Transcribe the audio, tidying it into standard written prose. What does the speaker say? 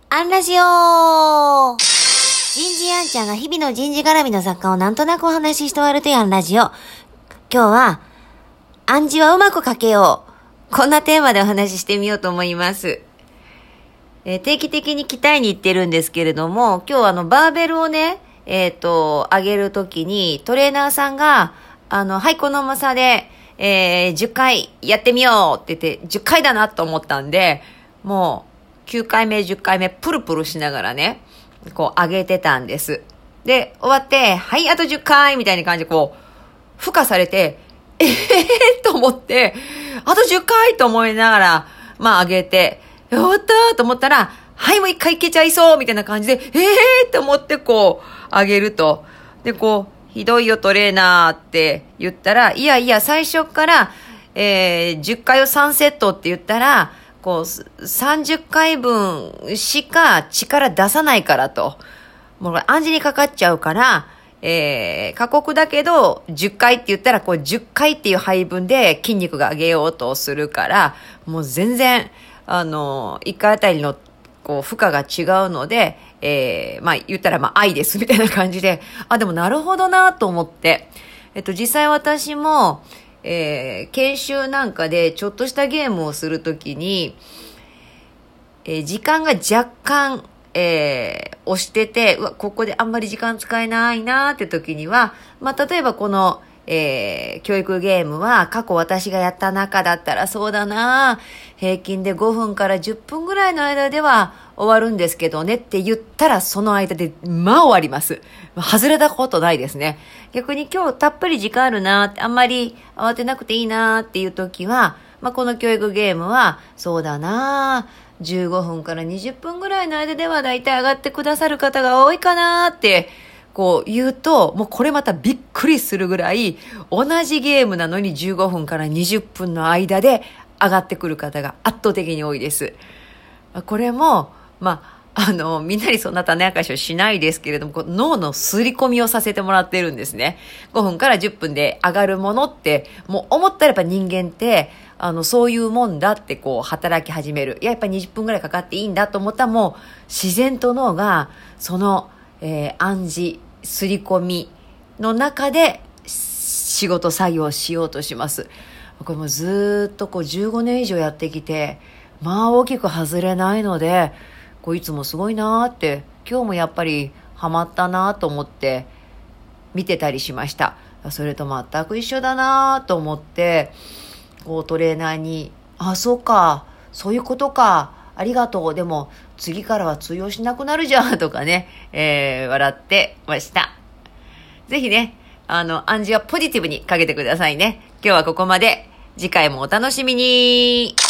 アンラジオ人事アンちゃんが日々の人事絡みの作家をなんとなくお話しして終わるというアンラジオ。今日は、暗示はうまく書けよう。こんなテーマでお話ししてみようと思います。定期的に鍛えに行ってるんですけれども、今日バーベルをね、上げるときにトレーナーさんが、はい、この重さで、10回やってみようって言って、10回だなと思ったんで、もう、9回目、10回目、プルプルしながらね、こう上げてたんです。で、終わって、はい、あと10回みたいな感じでこう、付加されて、と思って、あと10回と思いながら、上げて、やったーと思ったら、はい、もう1回いけちゃいそうみたいな感じで、と思ってこう、上げると。で、こう、ひどいよトレーナーって言ったら、いや、最初から、10回を3セットって言ったら、こう、30回分しか力出さないからと。もう暗示にかかっちゃうから、過酷だけど、10回って言ったら、こう、10回っていう配分で筋肉が上げようとするから、もう全然、1回あたりの、こう、負荷が違うので、言ったら、愛ですみたいな感じで、でもなるほどなと思って、実際私も、研修なんかでちょっとしたゲームをするときに、時間が若干、押してて、ここであんまり時間使えないなーって時には、例えばこの、教育ゲームは過去私がやった中だったらそうだな、平均で5分から10分ぐらいの間では終わるんですけどねって言ったらその間で終わります。外れたことないですね。逆に今日たっぷり時間あるな、あんまり慌てなくていいなっていう時は、この教育ゲームはそうだな、15分から20分ぐらいの間ではだいたい上がってくださる方が多いかなってこう言うと、もうこれまたびっくりするぐらい、同じゲームなのに15分から20分の間で上がってくる方が圧倒的に多いです。これも、みんなにそんな種明かしをしないですけれども、脳の刷り込みをさせてもらってるんですね。5分から10分で上がるものって、もう思ったらやっぱ人間って、そういうもんだってこう働き始める。やっぱ20分ぐらいかかっていいんだと思ったらもう自然と脳がその、暗示、刷り込みの中で仕事作業をしようとします。これもずっとこう15年以上やってきて、大きく外れないので、こういつもすごいなーって、今日もやっぱりハマったなと思って見てたりしました。それと全く一緒だなと思って、こうトレーナーに、そうか、そういうことか、ありがとう、でも次からは通用しなくなるじゃんとかね、笑ってました。ぜひね、暗示はポジティブにかけてくださいね。今日はここまで。次回もお楽しみに。